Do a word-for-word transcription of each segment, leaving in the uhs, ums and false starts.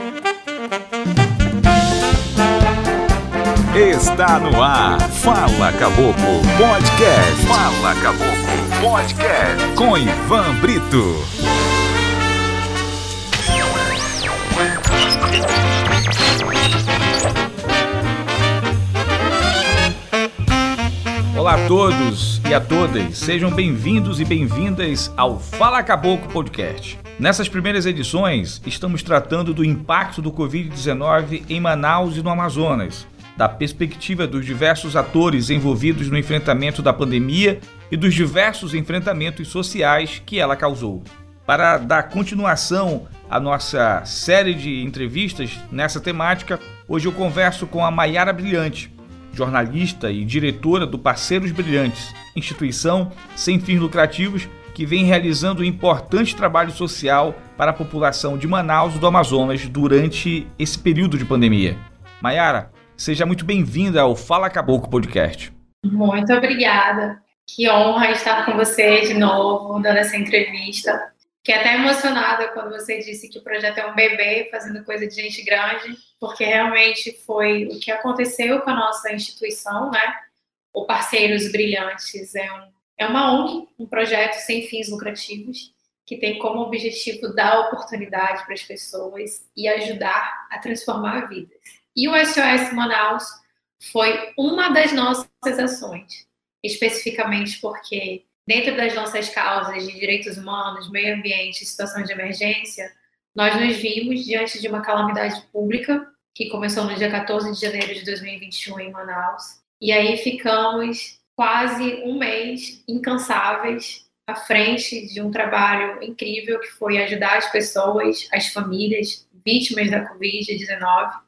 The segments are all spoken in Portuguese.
Está no ar, Fala Caboclo Podcast. Fala Caboclo Podcast com Ivan Brito. Olá a todos e a todas, sejam bem-vindos e bem-vindas ao Fala Caboclo Podcast. Nessas primeiras edições, estamos tratando do impacto do covid dezenove em Manaus e no Amazonas, da perspectiva dos diversos atores envolvidos no enfrentamento da pandemia e dos diversos enfrentamentos sociais que ela causou. Para dar continuação à nossa série de entrevistas nessa temática, hoje eu converso com a Maiara Brilhante, jornalista e diretora do Parceiros Brilhantes, instituição sem fins lucrativos que vem realizando um importante trabalho social para a população de Manaus e do Amazonas durante esse período de pandemia. Maiara, seja muito bem-vinda ao Fala Caboclo Podcast. Muito obrigada. Que honra estar com você de novo, dando essa entrevista. Fiquei até emocionada quando você disse que o projeto é um bebê fazendo coisa de gente grande, porque realmente foi o que aconteceu com a nossa instituição, né? O Parceiros Brilhantes é, um, é uma O N G, um projeto sem fins lucrativos, que tem como objetivo dar oportunidade para as pessoas e ajudar a transformar vidas. E o S O S Manaus foi uma das nossas ações, especificamente porque, dentro das nossas causas de direitos humanos, meio ambiente e situação de emergência, nós nos vimos diante de uma calamidade pública que começou no dia quatorze de janeiro de dois mil e vinte e um em Manaus. E aí ficamos quase um mês incansáveis à frente de um trabalho incrível que foi ajudar as pessoas, as famílias vítimas da covid dezenove,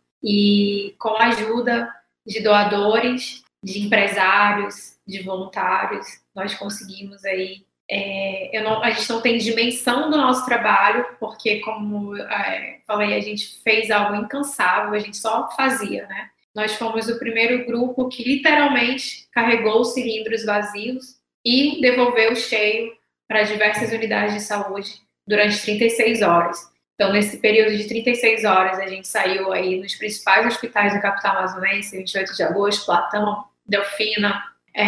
e com a ajuda de doadores, de empresários, de voluntários, nós conseguimos aí, é, eu não, a gente não tem dimensão do nosso trabalho, porque como é, falei, a gente fez algo incansável, a gente só fazia, né? Nós fomos o primeiro grupo que literalmente carregou os cilindros vazios e devolveu cheio para diversas unidades de saúde durante trinta e seis horas. Então, nesse período de trinta e seis horas, a gente saiu aí nos principais hospitais da capital amazonense, vinte e oito de agosto, Platão, Delfina,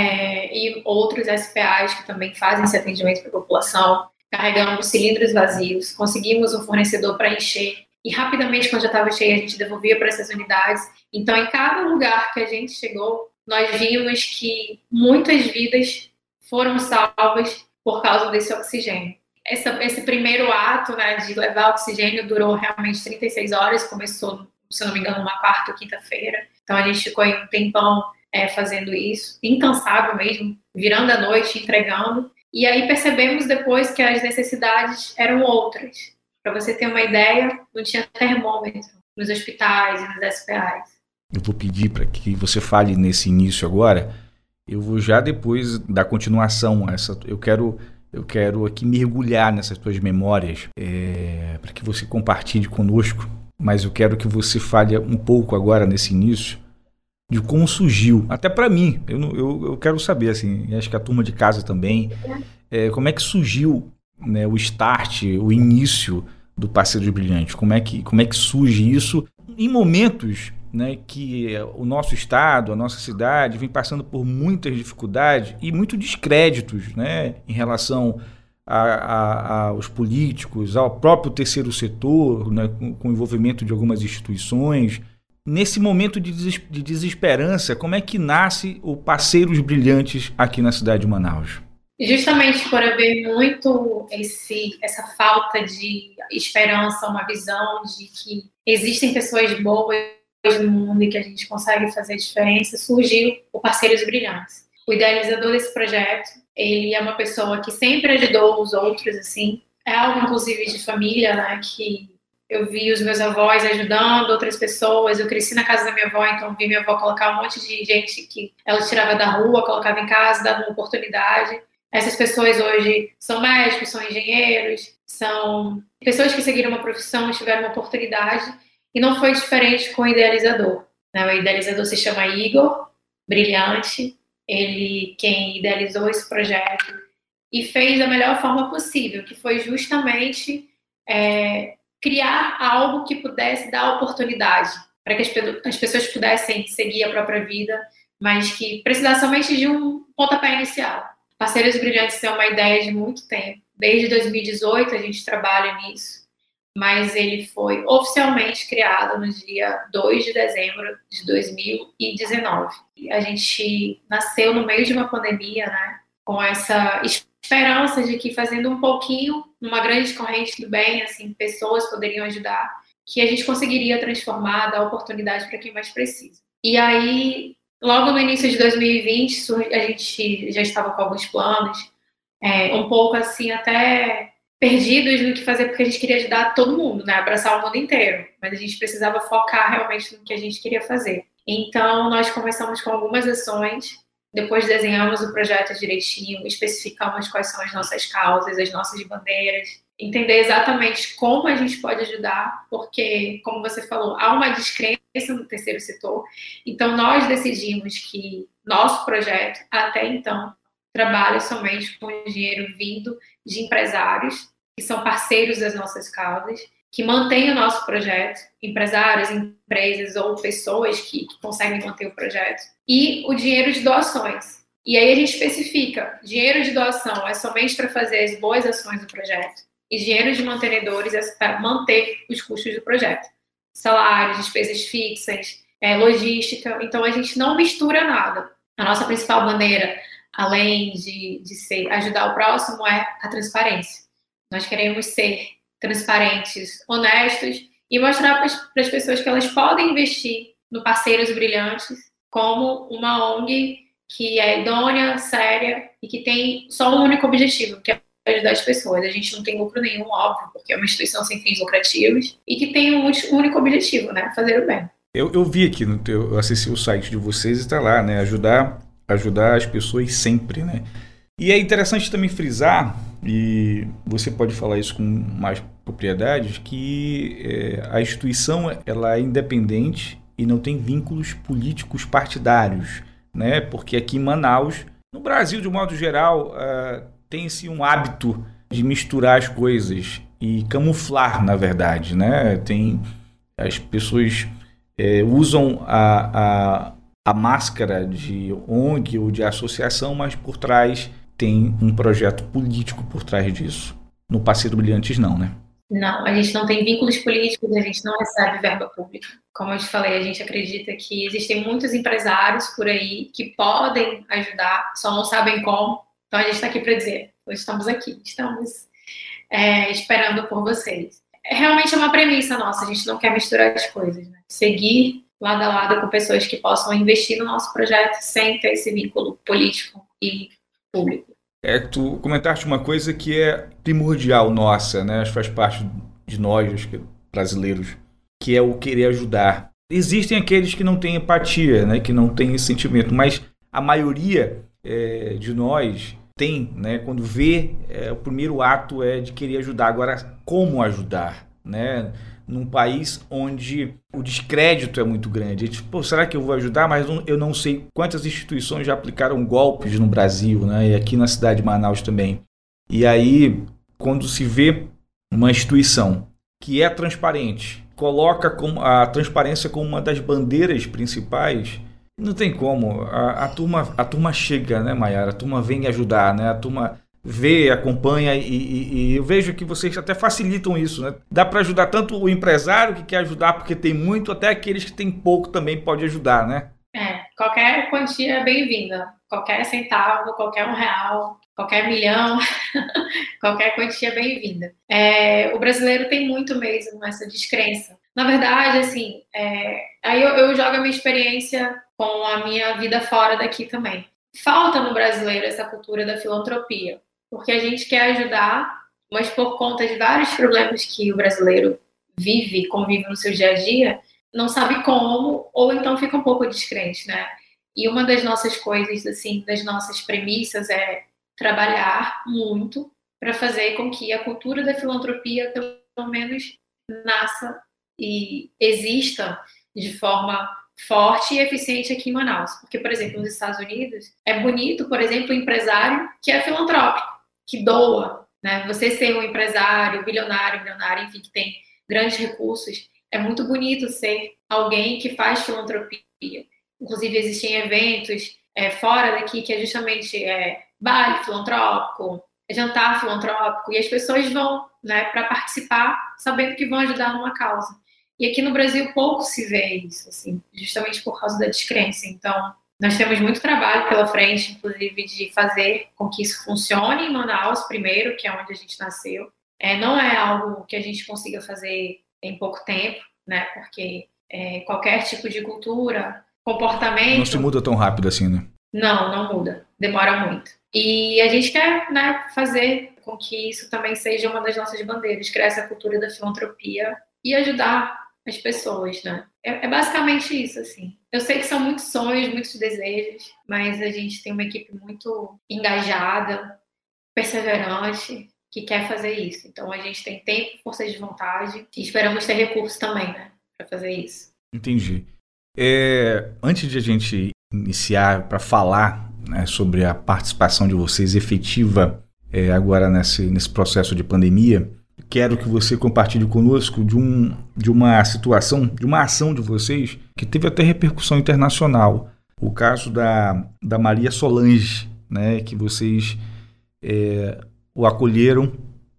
é, e outros S P As que também fazem esse atendimento para a população. Carregamos cilindros vazios, conseguimos um fornecedor para encher, e rapidamente, quando já estava cheio, a gente devolvia para essas unidades. Então, em cada lugar que a gente chegou, nós vimos que muitas vidas foram salvas por causa desse oxigênio. Essa, esse primeiro ato, né, de levar oxigênio durou realmente trinta e seis horas, começou, se não me engano, uma quarta ou quinta-feira. Então a gente ficou aí um tempão é, fazendo isso, incansável mesmo, virando a noite, entregando. E aí percebemos depois que as necessidades eram outras. Para você ter uma ideia, não tinha termômetro nos hospitais e nos S P As. Eu vou pedir para que você fale nesse início agora. Eu vou já depois dar continuação a essa. Eu quero... Eu quero aqui mergulhar nessas tuas memórias é, para que você compartilhe conosco, mas eu quero que você fale um pouco agora nesse início de como surgiu, até para mim, eu, eu, eu quero saber, assim, acho que a turma de casa também, é, como é que surgiu, né, o start, o início do Parceiros Brilhantes, como é que, como é que surge isso em momentos, né, que o nosso estado, a nossa cidade vem passando por muitas dificuldades e muitos descréditos, né, em relação a, a, aos políticos, ao próprio terceiro setor, né, com, com o envolvimento de algumas instituições. Nesse momento de, des, de desesperança, como é que nasce o Parceiros Brilhantes aqui na cidade de Manaus? Justamente por haver muito esse, essa falta de esperança, uma visão de que existem pessoas boas no mundo e que a gente consegue fazer a diferença, surgiu o Parceiros Brilhantes. O idealizador desse projeto, ele é uma pessoa que sempre ajudou os outros, assim, é algo inclusive de família, né, que eu vi os meus avós ajudando outras pessoas, eu cresci na casa da minha avó, então vi minha avó colocar um monte de gente que ela tirava da rua, colocava em casa, dava uma oportunidade. Essas pessoas hoje são médicos, são engenheiros, são pessoas que seguiram uma profissão, tiveram uma oportunidade. E não foi diferente com o idealizador. Né? O idealizador se chama Igor Brilhante, ele quem idealizou esse projeto e fez da melhor forma possível, que foi justamente é, criar algo que pudesse dar oportunidade para que as, as pessoas pudessem seguir a própria vida, mas que precisasse somente de um pontapé inicial. Parceiros Brilhantes é uma ideia de muito tempo. Desde dois mil e dezoito a gente trabalha nisso, mas ele foi oficialmente criado no dia dois de dezembro de dois mil e dezenove. E a gente nasceu no meio de uma pandemia, né, com essa esperança de que fazendo um pouquinho, numa grande corrente do bem, assim, pessoas poderiam ajudar, que a gente conseguiria transformar, dar oportunidade para quem mais precisa. E aí, logo no início de dois mil e vinte, a gente já estava com alguns planos, é, um pouco assim, até perdidos no que fazer, porque a gente queria ajudar todo mundo, né? Abraçar o mundo inteiro, mas a gente precisava focar realmente no que a gente queria fazer. Então, nós começamos com algumas ações, depois desenhamos o projeto direitinho, especificamos quais são as nossas causas, as nossas bandeiras, entender exatamente como a gente pode ajudar, porque, como você falou, há uma descrença no terceiro setor. Então, nós decidimos que nosso projeto, até então, trabalha somente com dinheiro vindo de empresários, que são parceiros das nossas causas, que mantêm o nosso projeto, empresários, empresas ou pessoas que, que conseguem manter o projeto, e o dinheiro de doações. E aí a gente especifica, dinheiro de doação é somente para fazer as boas ações do projeto, e dinheiro de mantenedores é para manter os custos do projeto. Salários, despesas fixas, é, logística. Então, a gente não mistura nada. A nossa principal bandeira, além de, de ser ajudar o próximo, é a transparência. Nós queremos ser transparentes, honestos e mostrar para as pessoas que elas podem investir no Parceiros Brilhantes como uma O N G que é idônea, séria e que tem só um único objetivo, que é ajudar as pessoas. A gente não tem lucro nenhum, óbvio, porque é uma instituição sem fins lucrativos e que tem um único objetivo, né? Fazer o bem. Eu, eu vi aqui, no teu, eu acessei o site de vocês e está lá, né? Ajudar, ajudar as pessoas sempre, né? E é interessante também frisar, e você pode falar isso com mais propriedade, que é, a instituição ela é independente e não tem vínculos políticos partidários, né? Porque aqui em Manaus, no Brasil de um modo geral, uh, tem-se um hábito de misturar as coisas e camuflar, na verdade, né? Tem, as pessoas é, usam a, a, a máscara de O N G ou de associação, mas por trás tem um projeto político por trás disso. No Parceiro Brilhantes não, né? Não, a gente não tem vínculos políticos, a gente não recebe verba pública. Como eu te falei, a gente acredita que existem muitos empresários por aí que podem ajudar, só não sabem como. Então a gente está aqui para dizer, nós estamos aqui, estamos é, esperando por vocês. Realmente é uma premissa nossa, a gente não quer misturar as coisas, né? Seguir lado a lado com pessoas que possam investir no nosso projeto sem ter esse vínculo político e público. É, tu comentaste uma coisa que é primordial nossa, né? Faz parte de nós, acho que brasileiros, que é o querer ajudar. Existem aqueles que não têm empatia, né? Que não têm esse sentimento, mas a maioria é, de nós tem, né? Quando vê, é, o primeiro ato é de querer ajudar. Agora, como ajudar, né? Num país onde o descrédito é muito grande. A gente, pô, será que eu vou ajudar? Mas eu não sei quantas instituições já aplicaram golpes no Brasil, né? E aqui na cidade de Manaus também. E aí, quando se vê uma instituição que é transparente, coloca como a transparência como uma das bandeiras principais, não tem como. A, a, turma, a turma chega, né, Mayara? A turma vem ajudar, né? A turma vê, acompanha e, e, e eu vejo que vocês até facilitam isso, né? Dá para ajudar tanto o empresário que quer ajudar porque tem muito, até aqueles que têm pouco também pode ajudar, né? É, qualquer quantia é bem-vinda. Qualquer centavo, qualquer um real, qualquer milhão, qualquer quantia é bem-vinda. É, o brasileiro tem muito mesmo essa descrença. Na verdade, assim, é, aí eu, eu jogo a minha experiência com a minha vida fora daqui também. Falta no brasileiro essa cultura da filantropia, porque a gente quer ajudar, mas por conta de vários problemas que o brasileiro vive, convive no seu dia a dia, não sabe como, ou então fica um pouco descrente, né? E uma das nossas coisas, assim, das nossas premissas é trabalhar muito para fazer com que a cultura da filantropia, pelo menos, nasça e exista de forma forte e eficiente aqui em Manaus. Porque, por exemplo, nos Estados Unidos, é bonito, por exemplo, o empresário que é filantrópico, que doa, né? Você ser um empresário, bilionário, milionário, enfim, que tem grandes recursos, é muito bonito ser alguém que faz filantropia. Inclusive, existem eventos é, fora daqui que é justamente é, baile filantrópico, jantar filantrópico, e as pessoas vão, né, para participar, sabendo que vão ajudar numa causa. E aqui no Brasil pouco se vê isso, assim, justamente por causa da descrença. Então, nós temos muito trabalho pela frente, inclusive, de fazer com que isso funcione em Manaus primeiro, que é onde a gente nasceu. É, não é algo que a gente consiga fazer em pouco tempo, né? Porque é, qualquer tipo de cultura, comportamento... Não se muda tão rápido assim, né? Não, não muda. Demora muito. E a gente quer, né, fazer com que isso também seja uma das nossas bandeiras, criar essa cultura da filantropia e ajudar as pessoas, né? É, é basicamente isso, assim. Eu sei que são muitos sonhos, muitos desejos, mas a gente tem uma equipe muito engajada, perseverante, que quer fazer isso. Então a gente tem tempo, força de vontade e esperamos ter recursos também, né, para fazer isso. Entendi. É, antes de a gente iniciar para falar, né, sobre a participação de vocês efetiva é, agora nesse, nesse processo de pandemia, quero que você compartilhe conosco de, um, de uma situação, de uma ação de vocês que teve até repercussão internacional. O caso da, da Maria Solange, né, que vocês é, o acolheram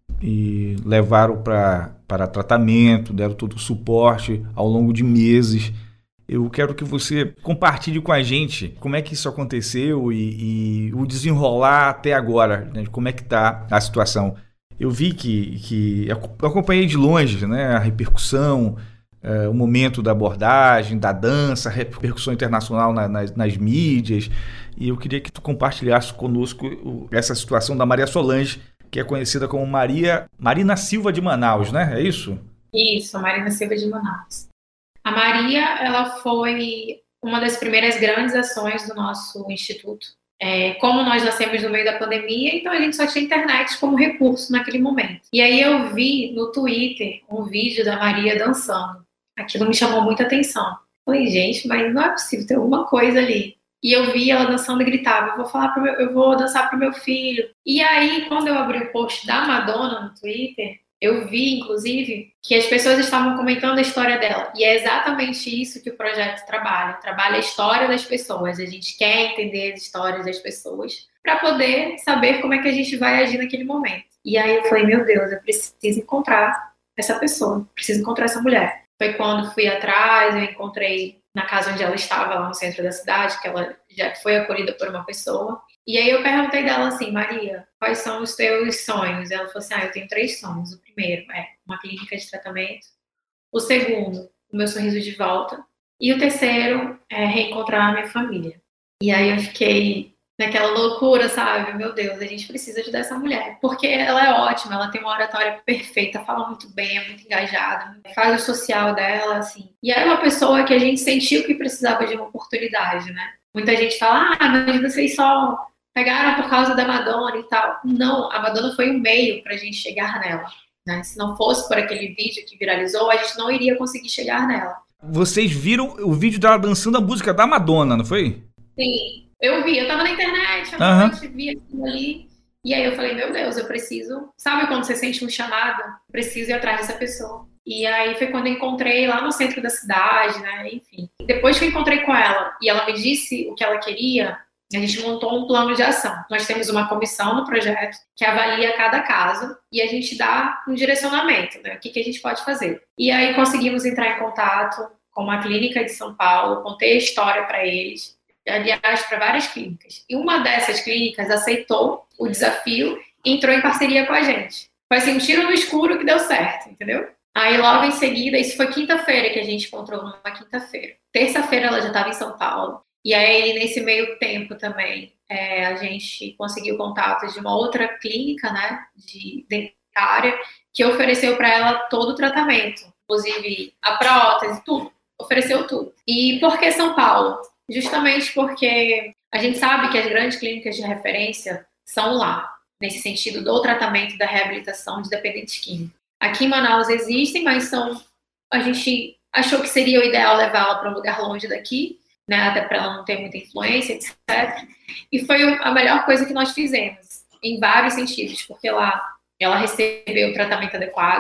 e levaram pra, para tratamento, deram todo o suporte ao longo de meses. Eu quero que você compartilhe com a gente como é que isso aconteceu e, e o desenrolar até agora, né, como é que está a situação. Eu vi que, que eu acompanhei de longe, né, a repercussão, é, o momento da abordagem, da dança, a repercussão internacional na, nas, nas mídias, e eu queria que tu compartilhasse conosco essa situação da Maria Solange, que é conhecida como Maria, Marina Silva de Manaus, né? É isso? Isso, Marina Silva de Manaus. A Maria, ela foi uma das primeiras grandes ações do nosso instituto. É, como nós nascemos no meio da pandemia, então a gente só tinha internet como recurso naquele momento. E aí eu vi no Twitter um vídeo da Maria dançando. Aquilo me chamou muita atenção. Falei, gente, mas não é possível, tem alguma coisa ali. E eu vi ela dançando e gritava, eu vou falar pro meu, eu vou dançar pro meu filho. E aí, quando eu abri o post da Madonna no Twitter, eu vi, inclusive, que as pessoas estavam comentando a história dela. E é exatamente isso que o projeto trabalha. Trabalha a história das pessoas. A gente quer entender as histórias das pessoas para poder saber como é que a gente vai agir naquele momento. E aí eu falei, meu Deus, eu preciso encontrar essa pessoa. Preciso encontrar essa mulher. Foi quando fui atrás, eu encontrei na casa onde ela estava, lá no centro da cidade, que ela já foi acolhida por uma pessoa. E aí eu perguntei dela assim, Maria, quais são os teus sonhos? Ela falou assim, ah, eu tenho três sonhos. O primeiro é uma clínica de tratamento. O segundo, o meu sorriso de volta. E o terceiro é reencontrar a minha família. E aí eu fiquei naquela loucura, sabe? Meu Deus, a gente precisa ajudar essa mulher. Porque ela é ótima, ela tem uma oratória perfeita, fala muito bem, é muito engajada, faz o social dela, assim. E era uma pessoa que a gente sentiu que precisava de uma oportunidade, né? Muita gente fala, ah, mas vocês só pegaram por causa da Madonna e tal. Não, a Madonna foi um meio pra gente chegar nela, né? Se não fosse por aquele vídeo que viralizou, a gente não iria conseguir chegar nela. Vocês viram o vídeo dela dançando a música da Madonna, não foi? Sim, eu vi, eu tava na internet, a noite, uhum. Vi aquilo ali, e aí eu falei, meu Deus, eu preciso, sabe quando você sente um chamado? Preciso ir atrás dessa pessoa. E aí foi quando eu encontrei lá no centro da cidade, né, enfim. Depois que eu encontrei com ela, e ela me disse o que ela queria, a gente montou um plano de ação. Nós temos uma comissão no projeto que avalia cada caso e a gente dá um direcionamento, né, o que, que a gente pode fazer. E aí conseguimos entrar em contato com uma clínica de São Paulo, contei a história para eles, aliás, para várias clínicas. E uma dessas clínicas aceitou o desafio e entrou em parceria com a gente. Foi assim, um tiro no escuro que deu certo, entendeu? Aí, logo em seguida, isso foi quinta-feira que a gente encontrou, numa quinta-feira. Terça-feira ela já estava em São Paulo. E aí, nesse meio tempo também, é, a gente conseguiu contato de uma outra clínica, né, de dentária, que ofereceu para ela todo o tratamento. Inclusive, a prótese, tudo. Ofereceu tudo. E por que São Paulo? Justamente porque a gente sabe que as grandes clínicas de referência são lá, nesse sentido do tratamento e da reabilitação de dependentes químicos. Aqui em Manaus existem, mas são, a gente achou que seria o ideal levá-la para um lugar longe daqui, né, até para ela não ter muita influência, etcétera. E foi a melhor coisa que nós fizemos, em vários sentidos, porque lá ela recebeu o tratamento adequado,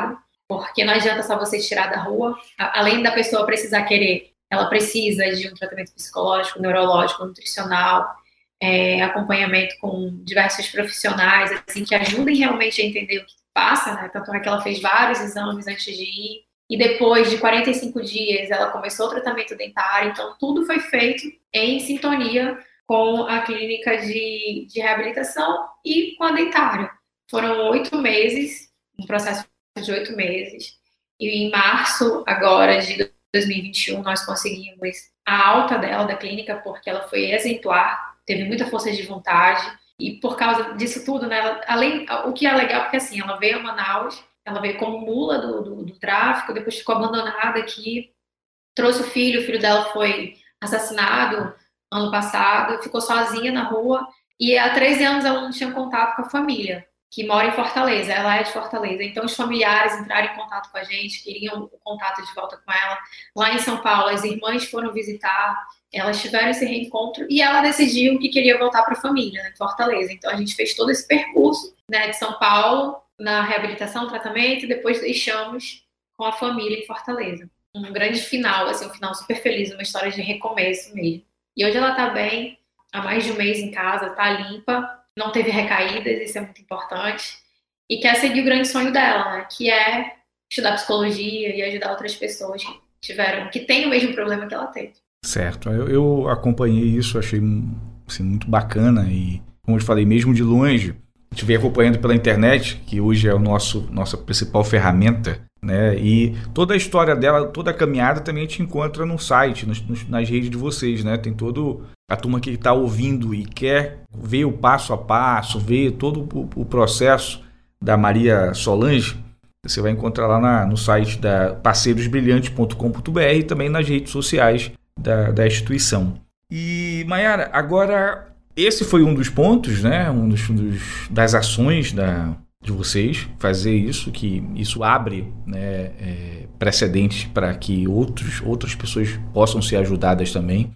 porque não adianta só você tirar da rua, além da pessoa precisar querer, ela precisa de um tratamento psicológico, neurológico, nutricional, é, acompanhamento com diversos profissionais, assim, que ajudem realmente a entender o que passa, né? Tanto é que ela fez vários exames antes de ir, e depois de quarenta e cinco dias ela começou o tratamento dentário, então tudo foi feito em sintonia com a clínica de, de reabilitação e com a dentária. Foram oito meses, um processo de oito meses, e em março agora de dois mil e vinte e um nós conseguimos a alta dela da clínica, porque ela foi exemplar, teve muita força de vontade, e por causa disso tudo, né, ela, além, o que é legal, porque assim, ela veio a Manaus, ela veio como mula do, do, do tráfico, depois ficou abandonada aqui, trouxe o filho, o filho dela foi assassinado ano passado, ficou sozinha na rua, e há treze anos ela não tinha contato com a família, que mora em Fortaleza, ela é de Fortaleza, então os familiares entraram em contato com a gente, queriam o contato de volta com ela. Lá em São Paulo, as irmãs foram visitar, elas tiveram esse reencontro, e ela decidiu que queria voltar para a família, né, em Fortaleza. Então a gente fez todo esse percurso, né, de São Paulo, na reabilitação, tratamento, e depois deixamos com a família em Fortaleza. Um grande final, assim, um final super feliz, uma história de recomeço mesmo. E hoje ela está bem, há mais de um mês em casa, está limpa, não teve recaídas, isso é muito importante, e quer seguir o grande sonho dela, né, que é estudar psicologia e ajudar outras pessoas que tiveram, que têm o mesmo problema que ela teve. Certo, eu, eu acompanhei isso, achei assim, muito bacana, e como eu falei, mesmo de longe, te veio acompanhando pela internet, que hoje é o nosso nossa principal ferramenta, né? E toda a história dela, toda a caminhada também te encontra no site, nos, nos, nas redes de vocês, né? Tem todo a turma que está ouvindo e quer ver o passo a passo, ver todo o, o processo da Maria Solange. Você vai encontrar lá na, no site da parceiros brilhantes ponto com ponto b r e também nas redes sociais da, da instituição. E, Mayara, agora esse foi um dos pontos, né? Um dos, dos das ações da de vocês, fazer isso, que isso abre, né, é, precedentes para que outros, outras pessoas possam ser ajudadas também,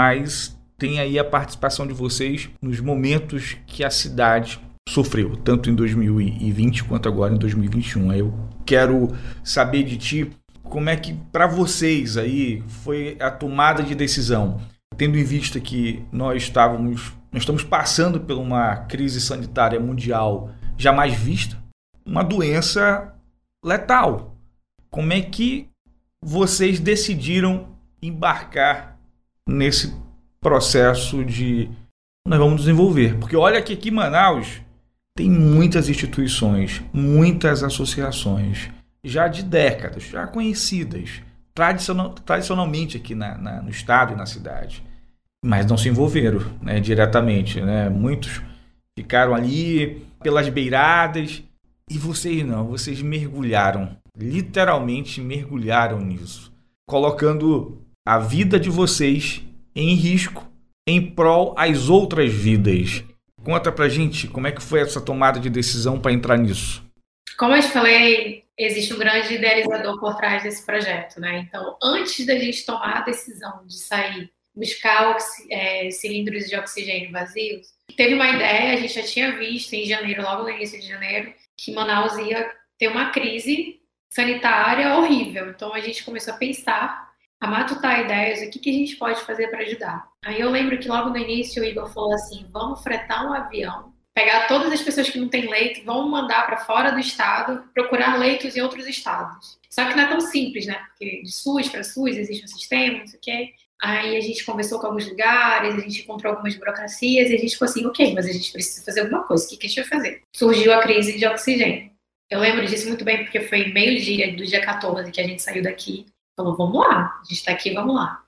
mas tem aí a participação de vocês nos momentos que a cidade sofreu, tanto em dois mil e vinte quanto agora em dois mil e vinte e um. Eu quero saber de ti como é que para vocês aí foi a tomada de decisão, tendo em vista que nós estávamos, nós estamos passando por uma crise sanitária mundial jamais vista, uma doença letal. Como é que vocês decidiram embarcar nesse processo de nós vamos desenvolver? Porque olha que aqui em Manaus tem muitas instituições, muitas associações, já de décadas, já conhecidas, tradicional, tradicionalmente aqui na, na, no estado e na cidade, mas não se envolveram, né, diretamente, né? Muitos ficaram ali pelas beiradas, e vocês não, vocês mergulharam, literalmente mergulharam nisso, colocando a vida de vocês em risco, em prol às outras vidas. Conta pra gente como é que foi essa tomada de decisão para entrar nisso. Como eu te falei, existe um grande idealizador por trás desse projeto, né? Então, antes da gente tomar a decisão de sair, buscar oxi- é, cilindros de oxigênio vazios, teve uma ideia, a gente já tinha visto em janeiro, logo no início de janeiro, que Manaus ia ter uma crise sanitária horrível. Então a gente começou a pensar, a matutar ideias, o que, que a gente pode fazer para ajudar. Aí eu lembro que logo no início o Igor falou assim, vamos fretar um avião, pegar todas as pessoas que não têm leito, vamos mandar para fora do estado, procurar leitos em outros estados. Só que não é tão simples, né? Porque de SUS para SUS existe um sistema, não sei o quê. Aí a gente conversou com alguns lugares, a gente encontrou algumas burocracias e a gente ficou assim, ok, mas a gente precisa fazer alguma coisa, o que, que a gente vai fazer? Surgiu a crise de oxigênio. Eu lembro disso muito bem porque foi meio-dia do dia quatorze que a gente saiu daqui. Falou, vamos lá, a gente tá aqui, vamos lá.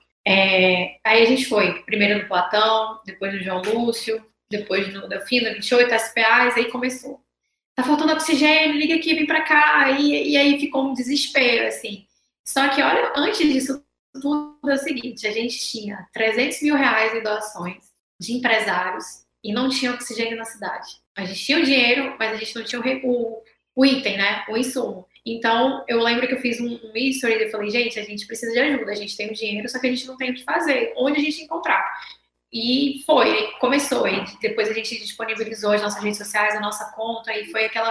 É, aí a gente foi, primeiro no Platão, depois no João Lúcio, depois no Delfina, vinte e oito, S P As, aí começou. Tá faltando oxigênio, liga aqui, vem pra cá. E, e aí ficou um desespero, assim. Só que, olha, antes disso tudo é o seguinte, a gente tinha trezentos mil reais em doações de empresários e não tinha oxigênio na cidade. A gente tinha o dinheiro, mas a gente não tinha o, o, o item, né? O insumo. Então, eu lembro que eu fiz um, um history e eu falei, gente, a gente precisa de ajuda, a gente tem o dinheiro, só que a gente não tem o que fazer, onde a gente encontrar. E foi, aí começou, e depois a gente disponibilizou as nossas redes sociais, a nossa conta, e foi aquela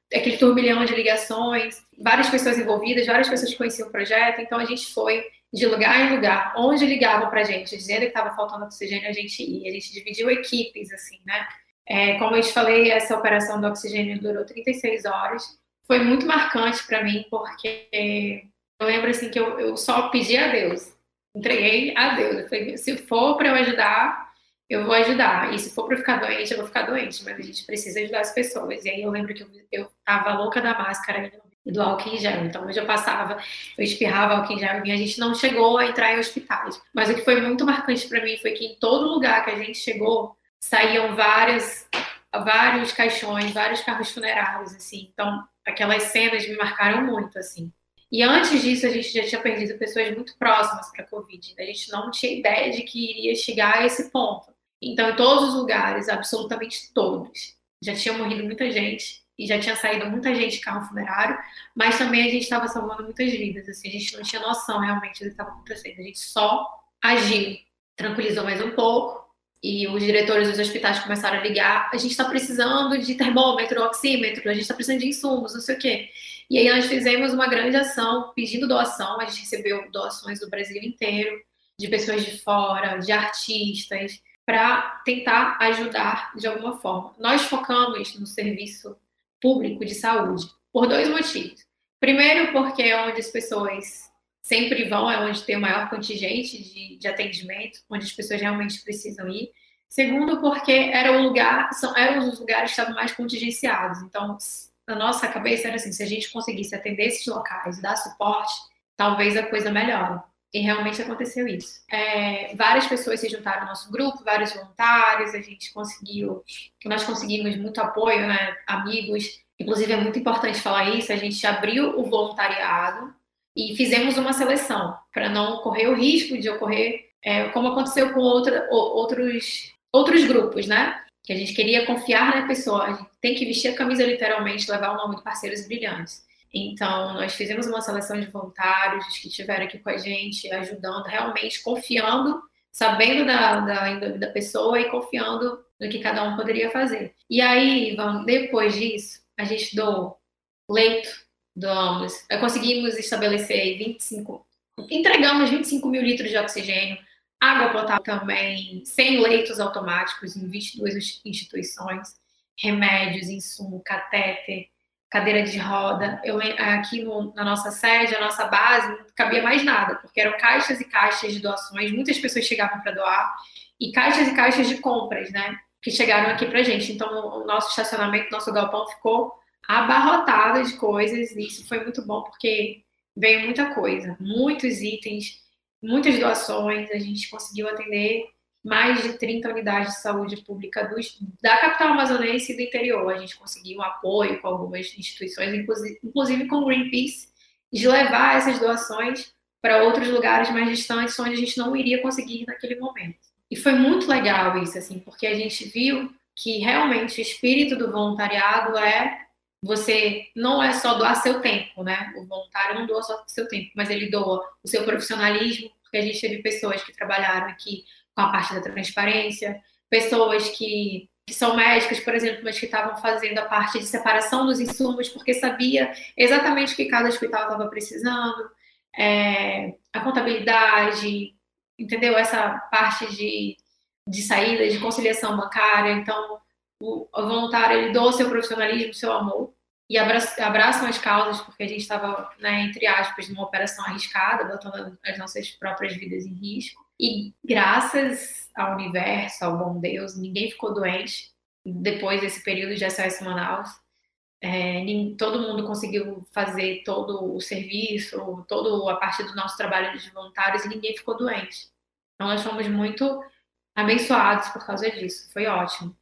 aquele turbilhão de ligações, várias pessoas envolvidas, várias pessoas que conheciam o projeto, então a gente foi de lugar em lugar, onde ligavam pra gente, dizendo que estava faltando oxigênio, a gente ia, a gente dividiu equipes, assim, né? É, como eu te falei, essa operação do oxigênio durou trinta e seis horas, foi muito marcante para mim, porque eu lembro, assim, que eu, eu só pedi a Deus, entreguei a Deus, eu falei, se for para eu ajudar, eu vou ajudar, e se for para eu ficar doente, eu vou ficar doente, mas a gente precisa ajudar as pessoas, e aí eu lembro que eu, eu tava louca da máscara e do álcool em gel, então onde eu passava, eu espirrava álcool em gel, e a gente não chegou a entrar em hospitais, mas o que foi muito marcante para mim foi que em todo lugar que a gente chegou, saíam várias, vários caixões, vários carros funerários, assim, então aquelas cenas me marcaram muito, assim. E antes disso, a gente já tinha perdido pessoas muito próximas para a Covid. A gente não tinha ideia de que iria chegar a esse ponto. Então, em todos os lugares, absolutamente todos, já tinha morrido muita gente e já tinha saído muita gente de carro funerário, mas também a gente estava salvando muitas vidas. Assim, a gente não tinha noção realmente do que estava acontecendo. A gente só agiu, tranquilizou mais um pouco. E os diretores dos hospitais começaram a ligar, a gente está precisando de termômetro, oxímetro, a gente está precisando de insumos, não sei o quê. E aí nós fizemos uma grande ação pedindo doação, a gente recebeu doações do Brasil inteiro, de pessoas de fora, de artistas, para tentar ajudar de alguma forma. Nós focamos no serviço público de saúde, por dois motivos. Primeiro, porque é onde as pessoas sempre vão, é onde tem o maior contingente de, de atendimento, onde as pessoas realmente precisam ir. Segundo, porque era o lugar, são, eram os lugares que estavam mais contingenciados. Então, na nossa cabeça era assim, se a gente conseguisse atender esses locais e dar suporte, talvez a coisa melhore. E realmente aconteceu isso. É, várias pessoas se juntaram ao nosso grupo, vários voluntários, a gente conseguiu, nós conseguimos muito apoio, né, amigos. Inclusive, é muito importante falar isso, a gente abriu o voluntariado e fizemos uma seleção para não correr o risco de ocorrer, é, como aconteceu com outra, outros, outros grupos, né? Que a gente queria confiar na pessoa, a gente tem que vestir a camisa literalmente, levar o nome de Parceiros Brilhantes. Então, nós fizemos uma seleção de voluntários que estiveram aqui com a gente, ajudando, realmente confiando, sabendo da, da índole da pessoa e confiando no que cada um poderia fazer. E aí, Ivan, depois disso, a gente doou leito, doamos, conseguimos estabelecer vinte e cinco, entregamos vinte e cinco mil litros de oxigênio, água potável também, cem leitos automáticos em vinte e duas instituições, remédios, insumo, catéter, cadeira de roda. Eu, aqui no, na nossa sede, a nossa base, não cabia mais nada, porque eram caixas e caixas de doações, muitas pessoas chegavam para doar, e caixas e caixas de compras, né, que chegaram aqui pra gente. Então, o nosso estacionamento, nosso galpão ficou abarrotado de coisas, e isso foi muito bom, porque veio muita coisa, muitos itens, muitas doações, a gente conseguiu atender mais de trinta unidades de saúde pública dos, da capital amazonense e do interior. A gente conseguiu um apoio com algumas instituições, inclusive, inclusive com o Greenpeace, de levar essas doações para outros lugares mais distantes, onde a gente não iria conseguir naquele momento. E foi muito legal isso, assim, porque a gente viu que realmente o espírito do voluntariado é você não é só doar seu tempo, né? O voluntário não doa só seu tempo, mas ele doa o seu profissionalismo, porque a gente teve pessoas que trabalharam aqui com a parte da transparência, pessoas que, que são médicas, por exemplo, mas que estavam fazendo a parte de separação dos insumos, porque sabia exatamente o que cada hospital estava precisando, é, a contabilidade, entendeu? Essa parte de, de saída, de conciliação bancária. Então, o, o voluntário, ele doa o seu profissionalismo, o seu amor, e abraça, abraçam as causas, porque a gente estava, né, entre aspas, numa operação arriscada, botando as nossas próprias vidas em risco. E graças ao universo, ao bom Deus, ninguém ficou doente depois desse período de S O S Manaus. É, nem, todo mundo conseguiu fazer todo o serviço, toda a parte do nosso trabalho de voluntários, e ninguém ficou doente. Então, nós fomos muito abençoados por causa disso. Foi ótimo.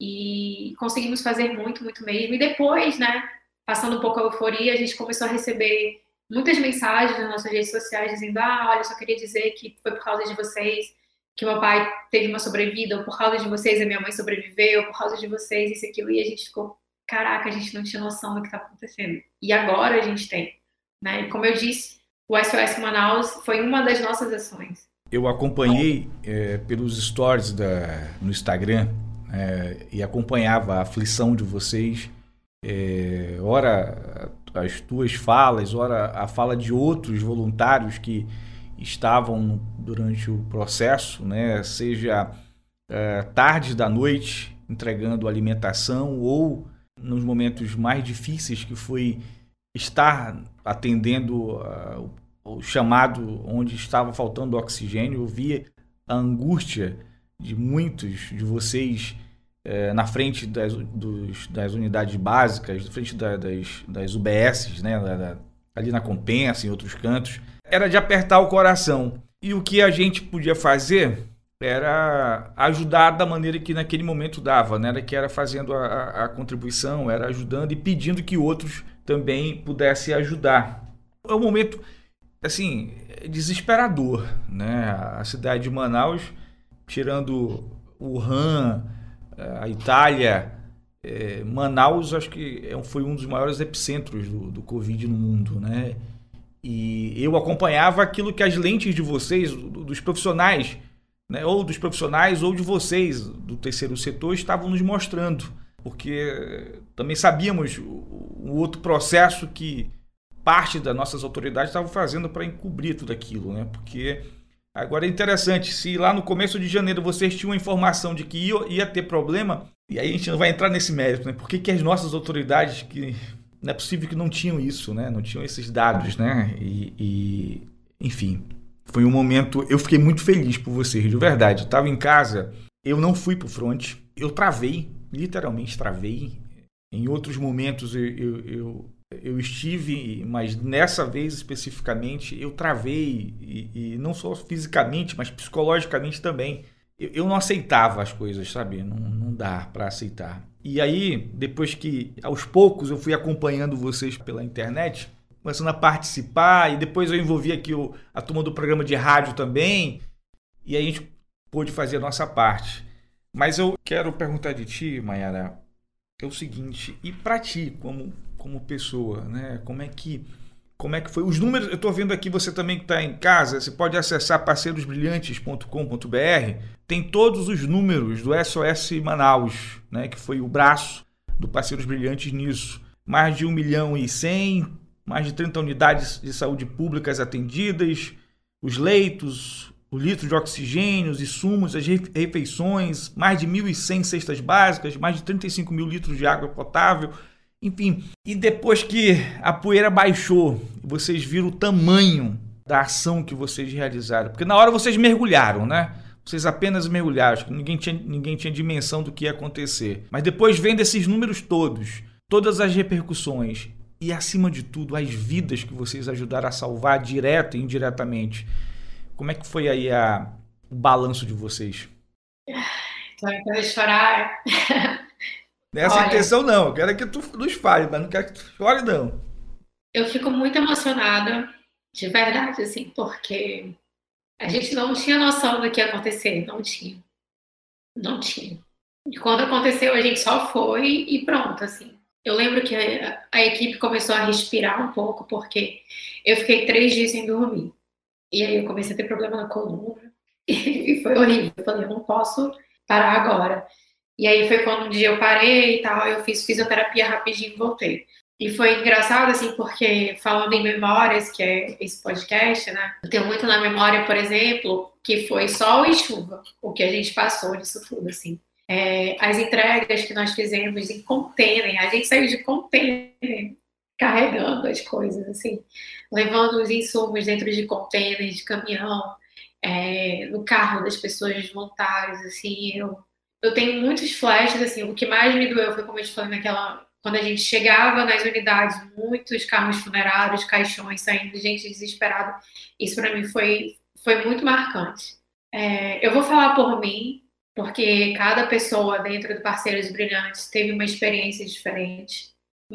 E conseguimos fazer muito, muito mesmo. E depois, né, passando um pouco a euforia, a gente começou a receber muitas mensagens nas nossas redes sociais dizendo: ah, olha, só queria dizer que foi por causa de vocês que meu pai teve uma sobrevida, ou por causa de vocês a minha mãe sobreviveu, ou por causa de vocês isso e aquilo. E a gente ficou, caraca, a gente não tinha noção do que estava acontecendo. E agora a gente tem, né? E como eu disse, o S O S Manaus foi uma das nossas ações. Eu acompanhei é, pelos stories da, no Instagram, é, e acompanhava a aflição de vocês é, ora as tuas falas, ora a fala de outros voluntários que estavam durante o processo, né? Seja é, tarde da noite entregando alimentação ou nos momentos mais difíceis que foi estar atendendo uh, o chamado onde estava faltando oxigênio. Eu via a angústia de muitos de vocês uh, na frente das, dos, das unidades básicas, na frente da, das, das U B S, né, da, da, ali na Compensa, em outros cantos. Era de apertar o coração. E o que a gente podia fazer era ajudar da maneira que naquele momento dava, né? Era que era fazendo a, a, a contribuição, era ajudando e pedindo que outros também pudessem ajudar. É um momento, assim, desesperador, né? A cidade de Manaus, tirando Wuhan, a Itália, é, Manaus acho que foi um dos maiores epicentros do, do Covid no mundo, né? E eu acompanhava aquilo que as lentes de vocês, dos profissionais, né, ou dos profissionais ou de vocês do terceiro setor estavam nos mostrando, porque também sabíamos o outro processo que parte das nossas autoridades estavam fazendo para encobrir tudo aquilo, né? Porque agora é interessante, se lá no começo de janeiro vocês tinham a informação de que ia, ia ter problema, e aí a gente não vai entrar nesse mérito, né? Por que que as nossas autoridades, que não é possível que não tinham isso, né? Não tinham esses dados, né? E, e enfim... Foi um momento, eu fiquei muito feliz por vocês, de verdade. Eu estava em casa, eu não fui para o front, eu travei, literalmente travei. Em outros momentos eu, eu, eu, eu estive, mas nessa vez especificamente eu travei, e, e não só fisicamente, mas psicologicamente também. Eu, eu não aceitava as coisas, sabe? Não, não dá para aceitar. E aí, depois que aos poucos eu fui acompanhando vocês pela internet, começando a participar, e depois eu envolvi aqui o, a turma do programa de rádio também, e aí a gente pôde fazer a nossa parte. Mas eu quero perguntar de ti, Mayara, é o seguinte, e para ti, como, como pessoa, né? Como é que, como é que foi? Os números, eu estou vendo aqui, você também que está em casa, você pode acessar parceiros brilhantes ponto com ponto b r, tem todos os números do S O S Manaus, né? Que foi o braço do Parceiros Brilhantes nisso. Mais de um milhão e cem, mais de trinta unidades de saúde públicas atendidas, os leitos, o litro de oxigênio, os insumos, as refeições, mais de mil e cem cestas básicas, mais de trinta e cinco mil litros de água potável, enfim. E depois que a poeira baixou, vocês viram o tamanho da ação que vocês realizaram, porque na hora vocês mergulharam, né? Vocês apenas mergulharam, acho que ninguém tinha, ninguém tinha dimensão do que ia acontecer. Mas depois vendo esses números todos, todas as repercussões, e, acima de tudo, as vidas que vocês ajudaram a salvar, direta e indiretamente. Como é que foi aí a, o balanço de vocês? Estou tentando chorar. Nessa Olha, intenção, não. Eu quero que tu nos fale, mas não quero que tu chore, não. Eu fico muito emocionada, de verdade, assim, porque a gente não tinha noção do que ia acontecer. Não tinha. Não tinha. E quando aconteceu, a gente só foi e pronto, assim. Eu lembro que a, a equipe começou a respirar um pouco, porque eu fiquei três dias sem dormir. E aí eu comecei a ter problema na coluna. E foi horrível. Eu falei, eu não posso parar agora. E aí foi quando um dia eu parei e tal, eu fiz fisioterapia rapidinho e voltei. E foi engraçado, assim, porque falando em memórias, que é esse podcast, né? Eu tenho muito na memória, por exemplo, que foi sol e chuva, o que a gente passou disso tudo, assim. É, as entregas que nós fizemos em container, a gente saiu de container carregando as coisas, assim, levando os insumos dentro de container, de caminhão, é, no carro das pessoas, dos voluntários, assim, eu, eu tenho muitos flashes, assim, o que mais me doeu foi, como eu te falei, naquela, quando a gente chegava nas unidades, muitos carros funerários, caixões saindo, gente desesperada, isso para mim foi, foi muito marcante. É, eu vou falar por mim, porque cada pessoa dentro do Parceiros Brilhantes teve uma experiência diferente,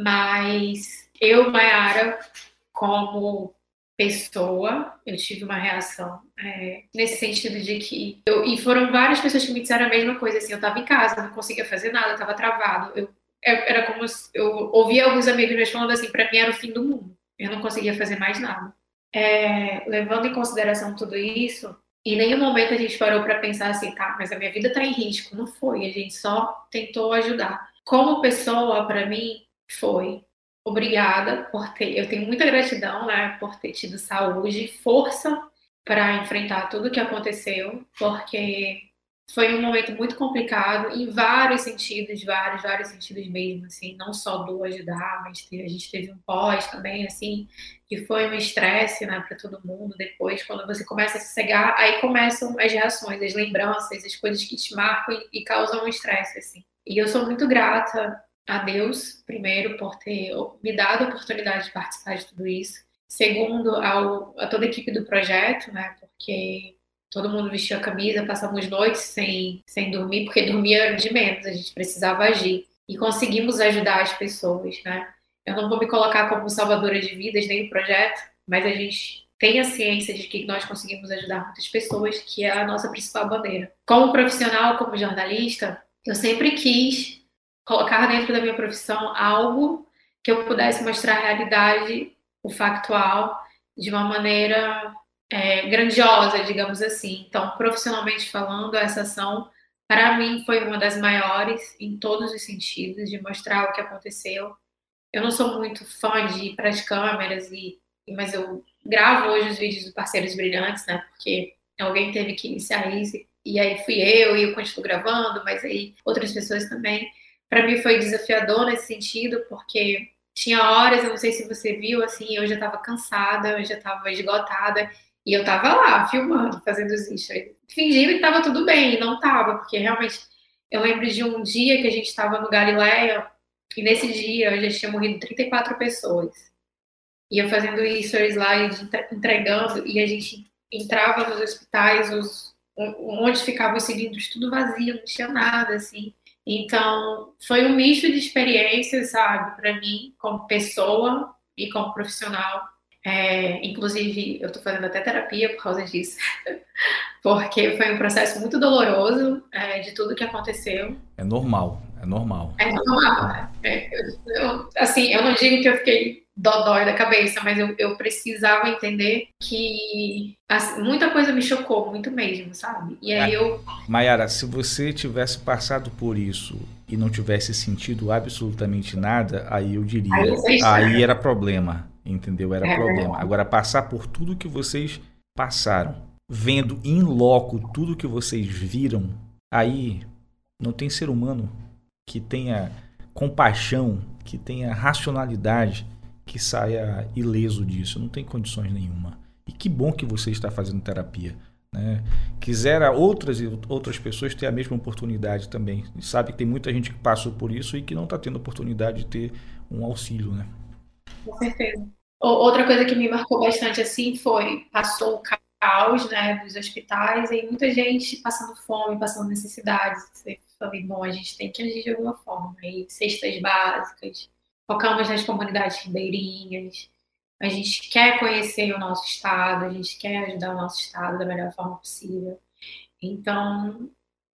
mas eu, Mayara, como pessoa, eu tive uma reação é, nesse sentido de que... Eu, e foram várias pessoas que me disseram a mesma coisa, assim, eu estava em casa, não conseguia fazer nada, estava travado, eu, era como se, eu ouvia alguns amigos meus falando assim, para mim era o fim do mundo, eu não conseguia fazer mais nada. É, levando em consideração tudo isso, em nenhum momento a gente parou para pensar assim, tá, mas a minha vida está em risco. Não foi, a gente só tentou ajudar. Como pessoa, para mim, foi obrigada por ter, eu tenho muita gratidão, né, por ter tido saúde, força para enfrentar tudo o que aconteceu, porque foi um momento muito complicado em vários sentidos, vários, vários sentidos mesmo, assim, não só do ajudar, mas a gente teve um pós também, assim, que foi um estresse, né, para todo mundo. Depois, quando você começa a sossegar, aí começam as reações, as lembranças, as coisas que te marcam e, e causam um estresse, assim. E eu sou muito grata a Deus, primeiro, por ter me dado a oportunidade de participar de tudo isso. Segundo, ao, a toda a equipe do projeto, né, porque todo mundo vestia a camisa, passamos noites sem, sem dormir, porque dormia de menos, a gente precisava agir. E conseguimos ajudar as pessoas, né? Eu não vou me colocar como salvadora de vidas nem do projeto, mas a gente tem a ciência de que nós conseguimos ajudar muitas pessoas, que é a nossa principal bandeira. Como profissional, como jornalista, eu sempre quis colocar dentro da minha profissão algo que eu pudesse mostrar a realidade, o factual, de uma maneira é, grandiosa, digamos assim. Então, profissionalmente falando, essa ação, para mim, foi uma das maiores em todos os sentidos, de mostrar o que aconteceu. Eu não sou muito fã de ir para as câmeras, e, mas eu gravo hoje os vídeos do Parceiros Brilhantes, né? Porque alguém teve que iniciar isso, e aí fui eu, e eu continuo gravando, mas aí outras pessoas também. Para mim foi desafiador nesse sentido, porque tinha horas, eu não sei se você viu, assim, eu já estava cansada, eu já estava esgotada, e eu estava lá, filmando, fazendo os stories, fingindo que estava tudo bem, e não estava, porque realmente, eu lembro de um dia que a gente estava no Galileia, e nesse dia já tinha morrido trinta e quatro pessoas, e eu fazendo stories lá, e entregando, e a gente entrava nos hospitais, os, onde ficavam os cilindros, tudo vazio, não tinha nada, assim. Então, foi um misto de experiências, sabe, para mim, como pessoa e como profissional. É, inclusive, eu estou fazendo até terapia por causa disso, porque foi um processo muito doloroso, é, de tudo que aconteceu. É normal, é normal. É normal. É, eu, assim, eu não digo que eu fiquei dodói da cabeça, mas eu, eu precisava entender que assim, muita coisa me chocou, muito mesmo, sabe? E aí eu... Mayara, se você tivesse passado por isso e não tivesse sentido absolutamente nada, aí eu diria, aí, aí era problema, entendeu? Era é, problema. É. Agora, passar por tudo que vocês passaram, vendo in loco tudo que vocês viram, aí não tem ser humano que tenha compaixão, que tenha racionalidade, que saia ileso disso. Não tem condições nenhuma. E que bom que você está fazendo terapia, né? Quisera outras outras pessoas ter a mesma oportunidade também. E sabe que tem muita gente que passou por isso e que não está tendo oportunidade de ter um auxílio, né? Com certeza. Outra coisa que me marcou bastante assim foi, passou o caos, né, dos hospitais, e muita gente passando fome, passando necessidades. Você falou, bom, a gente tem que agir de alguma forma. E cestas básicas, focamos nas comunidades ribeirinhas, a gente quer conhecer o nosso estado, a gente quer ajudar o nosso estado da melhor forma possível. Então,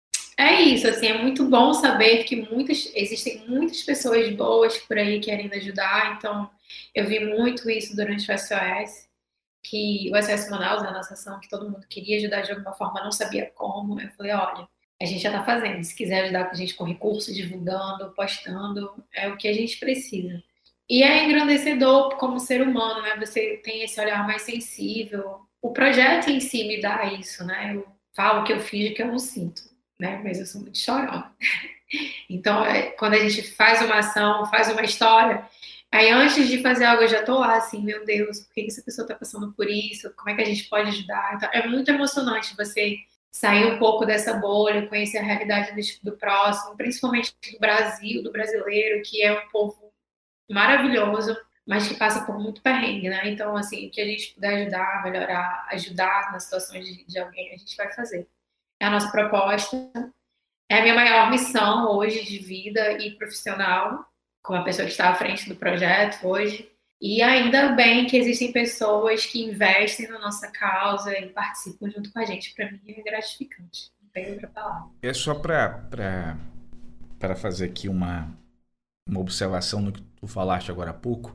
é isso, assim, é muito bom saber que muitas, existem muitas pessoas boas por aí querendo ajudar. Então, eu vi muito isso durante o S O S, que o S O S Manaus, a nossa ação, que todo mundo queria ajudar de alguma forma, não sabia como. Eu falei, olha, a gente já está fazendo. Se quiser ajudar a gente com recursos, divulgando, postando, é o que a gente precisa. E é engrandecedor como ser humano, né? Você tem esse olhar mais sensível. O projeto em si me dá isso, né? Eu falo que eu finjo que eu não sinto, né? Mas eu sou muito chorona. Então, é, quando a gente faz uma ação, faz uma história, aí antes de fazer algo eu já tô lá assim, meu Deus, por que essa pessoa tá passando por isso? Como é que a gente pode ajudar? Então, é muito emocionante você sair um pouco dessa bolha, conhecer a realidade do, do próximo, principalmente do Brasil, do brasileiro, que é um povo maravilhoso, mas que passa por muito perrengue, né? Então, assim, o que a gente puder ajudar, melhorar, ajudar nas situações de, de alguém, a gente vai fazer. É a nossa proposta, é a minha maior missão hoje de vida e profissional, como a pessoa que está à frente do projeto hoje. E ainda bem que existem pessoas que investem na nossa causa e participam junto com a gente. Para mim é gratificante. Não tem outra palavra. É só para fazer aqui uma, uma observação no que tu falaste agora há pouco.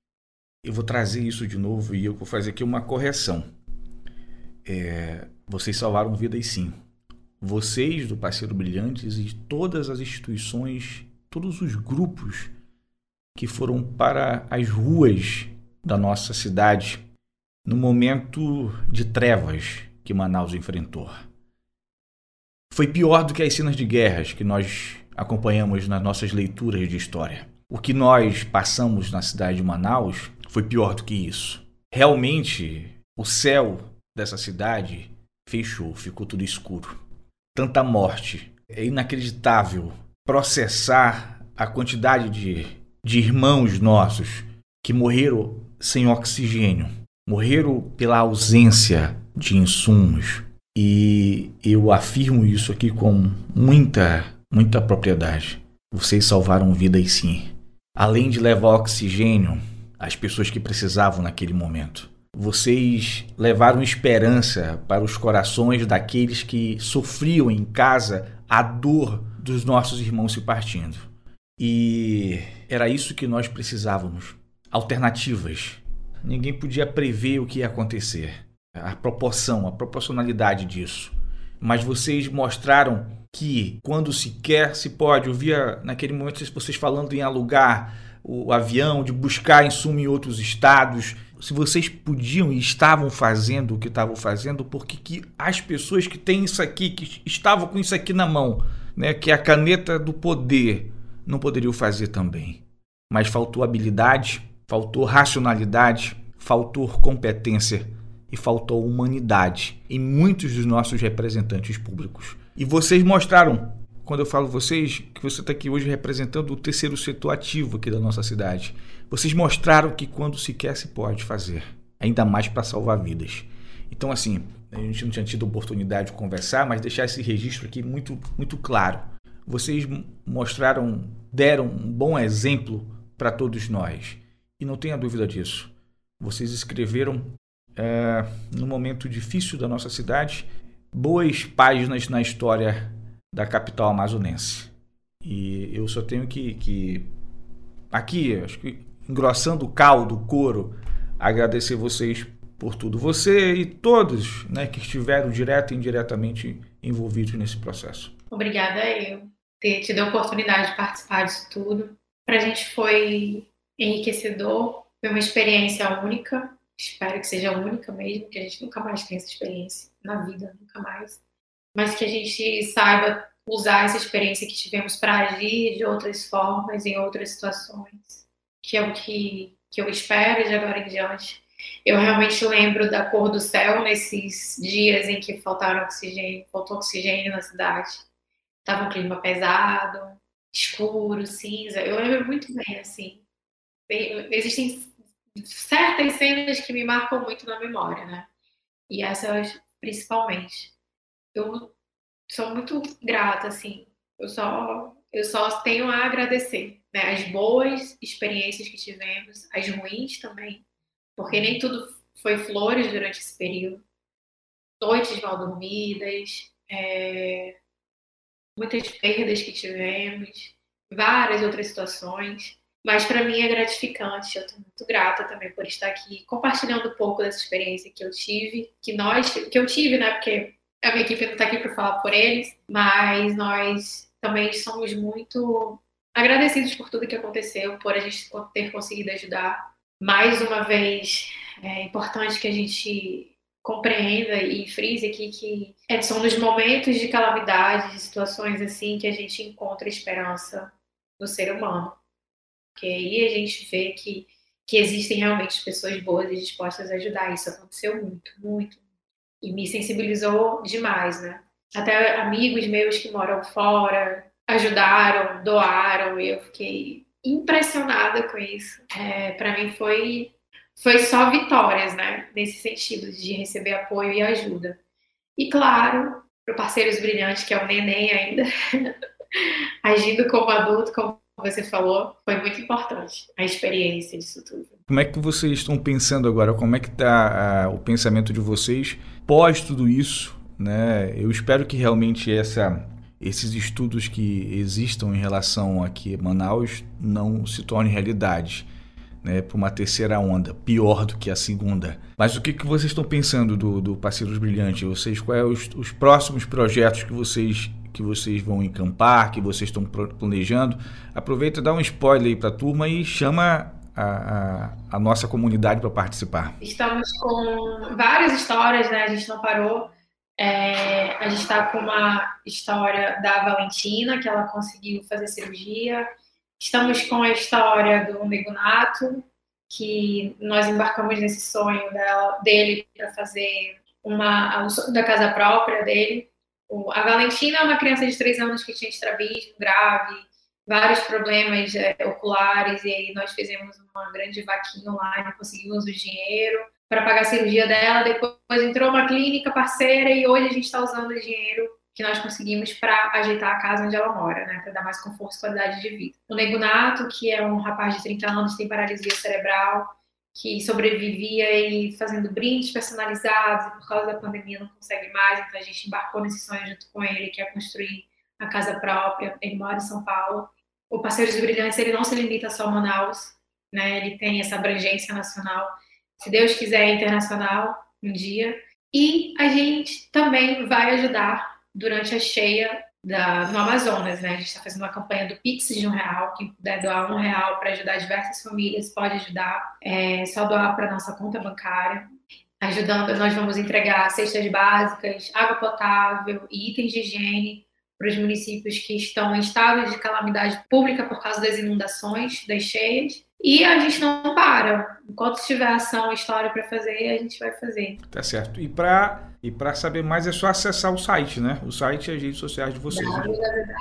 Eu vou trazer isso de novo e eu vou fazer aqui uma correção. É, vocês salvaram vidas sim. Vocês do Parceiro Brilhantes e todas as instituições, todos os grupos que foram para as ruas da nossa cidade no momento de trevas que Manaus enfrentou. Foi pior do que as cenas de guerras que nós acompanhamos nas nossas leituras de história. O que nós passamos na cidade de Manaus foi pior do que isso. Realmente, o céu dessa cidade fechou, ficou tudo escuro. Tanta morte. É inacreditável processar a quantidade de, de irmãos nossos que morreram sem oxigênio, morreram pela ausência de insumos. E eu afirmo isso aqui com muita, muita propriedade. Vocês salvaram vidas sim. Além de levar oxigênio às pessoas que precisavam naquele momento. Vocês levaram esperança para os corações daqueles que sofriam em casa a dor dos nossos irmãos se partindo. E era isso que nós precisávamos. Alternativas. Ninguém podia prever o que ia acontecer. A proporção, a proporcionalidade disso. Mas vocês mostraram que quando se quer, se pode. Eu via naquele momento vocês falando em alugar o avião, de buscar insumo em outros estados. Se vocês podiam e estavam fazendo o que estavam fazendo, porque que as pessoas que têm isso aqui, que estavam com isso aqui na mão, né, que é a caneta do poder, não poderiam fazer também. Mas faltou habilidade, faltou racionalidade, faltou competência e faltou humanidade em muitos dos nossos representantes públicos. E vocês mostraram, quando eu falo vocês, que você está aqui hoje representando o terceiro setor ativo aqui da nossa cidade. Vocês mostraram que quando se quer, se pode fazer. Ainda mais para salvar vidas. Então, assim, a gente não tinha tido oportunidade de conversar, mas deixar esse registro aqui muito, muito claro. Vocês mostraram, deram um bom exemplo para todos nós. E não tenha dúvida disso. Vocês escreveram, é, num momento difícil da nossa cidade, boas páginas na história da capital amazonense. E eu só tenho que, que aqui, acho que engrossando o caldo, o couro, agradecer vocês por tudo. Você e todos, né, que estiveram direto e indiretamente envolvidos nesse processo. Obrigada a eu ter tido a oportunidade de participar disso tudo. Para a gente foi enriquecedor, foi uma experiência única. Espero que seja única mesmo, que a gente nunca mais tenha essa experiência na vida, nunca mais. Mas que a gente saiba usar essa experiência que tivemos para agir de outras formas, em outras situações, que é o que, que eu espero de agora em diante. Eu realmente lembro da cor do céu nesses dias em que faltaram oxigênio, faltou oxigênio na cidade. Estava um clima pesado, escuro, cinza. Eu lembro muito bem, assim. Existem certas cenas que me marcam muito na memória, né? E essas principalmente. Eu sou muito grata, assim. Eu só, eu só tenho a agradecer, né? As boas experiências que tivemos, as ruins também, porque nem tudo foi flores durante esse período. Noites mal dormidas, é, muitas perdas que tivemos, várias outras situações. Mas para mim é gratificante, eu estou muito grata também por estar aqui compartilhando um pouco dessa experiência que eu tive, que nós, que eu tive, né? Porque a minha equipe não está aqui para falar por eles, mas nós também somos muito agradecidos por tudo que aconteceu, por a gente ter conseguido ajudar. Mais uma vez, é importante que a gente compreenda e frise aqui que são nos momentos de calamidade, de situações assim, que a gente encontra esperança no ser humano. Porque aí a gente vê que, que existem realmente pessoas boas e dispostas a ajudar. Isso aconteceu muito, muito. E me sensibilizou demais, né? Até amigos meus que moram fora ajudaram, doaram, e eu fiquei impressionada com isso. É, para mim foi, foi só vitórias, né? Nesse sentido de receber apoio e ajuda. E claro, para o Parceiros Brilhantes, que é o neném ainda, agindo como adulto, como você falou, foi muito importante a experiência disso tudo. Como é que vocês estão pensando agora? Como é que está o pensamento de vocês pós tudo isso, né? Eu espero que realmente essa, esses estudos que existam em relação aqui a Manaus não se tornem realidade, né, para uma terceira onda, pior do que a segunda. Mas o que, que vocês estão pensando do, do Parceiros Brilhantes? Vocês, quais são os, os próximos projetos que vocês que vocês vão encampar, que vocês estão planejando. Aproveita, dá um spoiler aí para a turma e chama a, a, a nossa comunidade para participar. Estamos com várias histórias, né? A gente não parou. É, a gente está com uma história da Valentina, que ela conseguiu fazer cirurgia. Estamos com a história do Negunato, que nós embarcamos nesse sonho dela, dele para fazer uma, o sonho da casa própria dele. O, a Valentina é uma criança de três anos que tinha estrabismo grave, vários problemas é, oculares, e aí nós fizemos uma grande vaquinha online, conseguimos o dinheiro para pagar a cirurgia dela. Depois entrou uma clínica parceira e hoje a gente está usando o dinheiro que nós conseguimos para ajeitar a casa onde ela mora, né, para dar mais conforto e qualidade de vida. O Negunato, que é um rapaz de trinta anos, tem paralisia cerebral, que sobrevivia e fazendo brindes personalizados, e por causa da pandemia não consegue mais, então a gente embarcou nesse sonho junto com ele, que é construir a casa própria. Ele mora em São Paulo. O Parceiros Brilhantes, ele não se limita só a Manaus, né, ele tem essa abrangência nacional, se Deus quiser, é internacional um dia. E a gente também vai ajudar durante a cheia da, no Amazonas, né? A gente está fazendo uma campanha do Pix de um real. Quem puder doar um real para ajudar diversas famílias pode ajudar. É só doar para nossa conta bancária. Ajudando, nós vamos entregar cestas básicas, água potável e itens de higiene para os municípios que estão em estado de calamidade pública por causa das inundações, das cheias. E a gente não para. Enquanto tiver ação, história para fazer, a gente vai fazer. Tá certo. E para e para saber mais é só acessar o site, né? O site e as redes sociais de vocês. w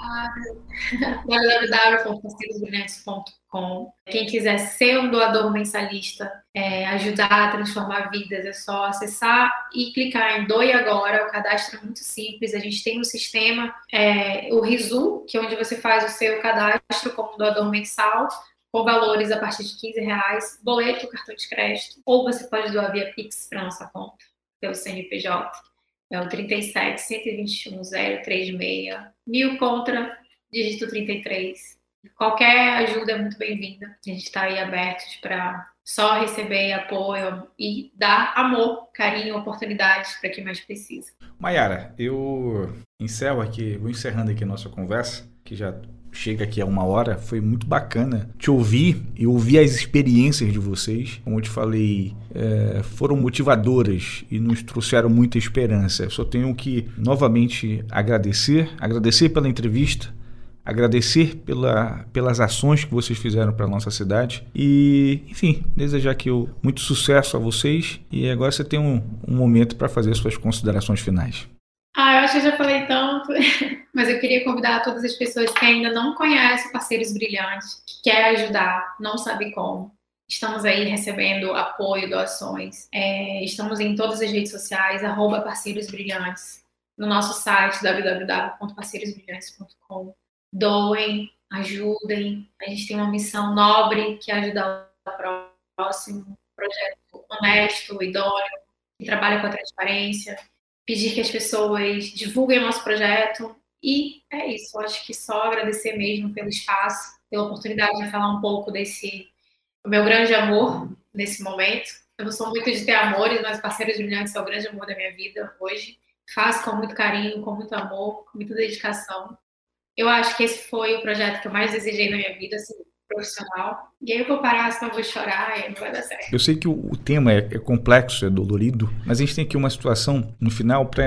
w w ponto parceiros brilhantes ponto com. Quem quiser ser um doador mensalista, é, ajudar a transformar vidas, é só acessar e clicar em Doe Agora. O cadastro é muito simples. A gente tem um sistema, é, o Rizu, que é onde você faz o seu cadastro como doador mensal, com valores a partir de quinze reais, boleto, cartão de crédito, ou você pode doar via Pix para nossa conta, pelo C N P J. É o trinta e sete, cento e vinte e um, zero três seis, mil contra, dígito trinta e três. Qualquer ajuda é muito bem-vinda. A gente está aí abertos para só receber apoio e dar amor, carinho, oportunidades para quem mais precisa. Maiara, eu encerro aqui, vou encerrando aqui a nossa conversa, que já chega aqui a uma hora. Foi muito bacana te ouvir e ouvir as experiências de vocês. Como eu te falei, é, foram motivadoras e nos trouxeram muita esperança. Eu só tenho que novamente agradecer, agradecer pela entrevista, agradecer pela, pelas ações que vocês fizeram para a nossa cidade e, enfim, desejar aqui o, muito sucesso a vocês. E agora você tem um, um momento para fazer suas considerações finais. Ah, eu acho que eu já falei tanto, mas eu queria convidar todas as pessoas que ainda não conhecem Parceiros Brilhantes, que querem ajudar, não sabe como. Estamos aí recebendo apoio, doações. É, estamos em todas as redes sociais, arroba Parceiros Brilhantes, no nosso site, w w w ponto parceiros brilhantes ponto com. Doem, ajudem. A gente tem uma missão nobre que é ajudar o próximo, um projeto honesto, idôneo, que trabalha com a transparência. Pedir que as pessoas divulguem o nosso projeto. E é isso, eu acho que só agradecer mesmo pelo espaço, pela oportunidade de falar um pouco desse o meu grande amor nesse momento. Eu não sou muito de ter amores, mas Parceiros Brilhantes é o grande amor da minha vida hoje. Faço com muito carinho, com muito amor, com muita dedicação. Eu acho que esse foi o projeto que eu mais desejei na minha vida, assim, profissional. E aí eu vou parar, senão eu vou chorar e não vai dar certo. Eu sei que o, o tema é, é complexo, é dolorido, mas a gente tem aqui uma situação no final para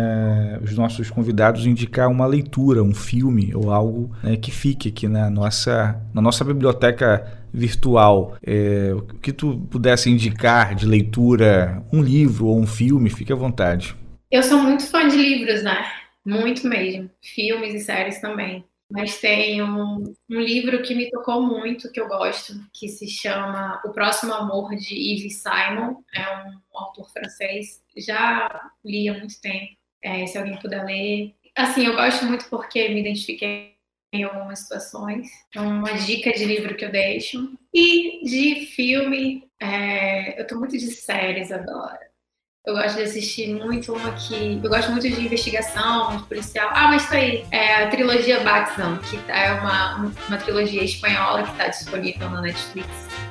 é, os nossos convidados indicar uma leitura, um filme ou algo, né, que fique aqui na nossa, na nossa biblioteca virtual. É, o que tu pudesse indicar de leitura, um livro ou um filme, fique à vontade. Eu sou muito fã de livros, né? Muito mesmo. Filmes e séries também. Mas tem um, um livro que me tocou muito, que eu gosto, que se chama O Próximo Amor, de Yves Simon. É um autor francês. Já li há muito tempo. É, se alguém puder ler. Assim, eu gosto muito porque me identifiquei em algumas situações. Então, uma dica de livro que eu deixo. E de filme, é, eu tô muito de séries agora. Eu gosto de assistir muito uma que... Eu gosto muito de investigação, de policial. Ah, mas tá aí. É a trilogia Batman, que é uma, uma trilogia espanhola que está disponível na Netflix.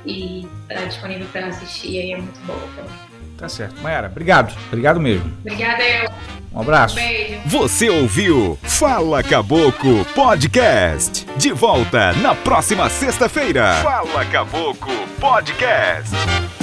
E está disponível para assistir, e aí é muito boa também. Tá certo. Maiara, obrigado. Obrigado mesmo. Obrigada, eu. Um abraço. Beijo. Você ouviu Fala Caboclo Podcast. De volta na próxima sexta-feira. Fala Caboclo Podcast.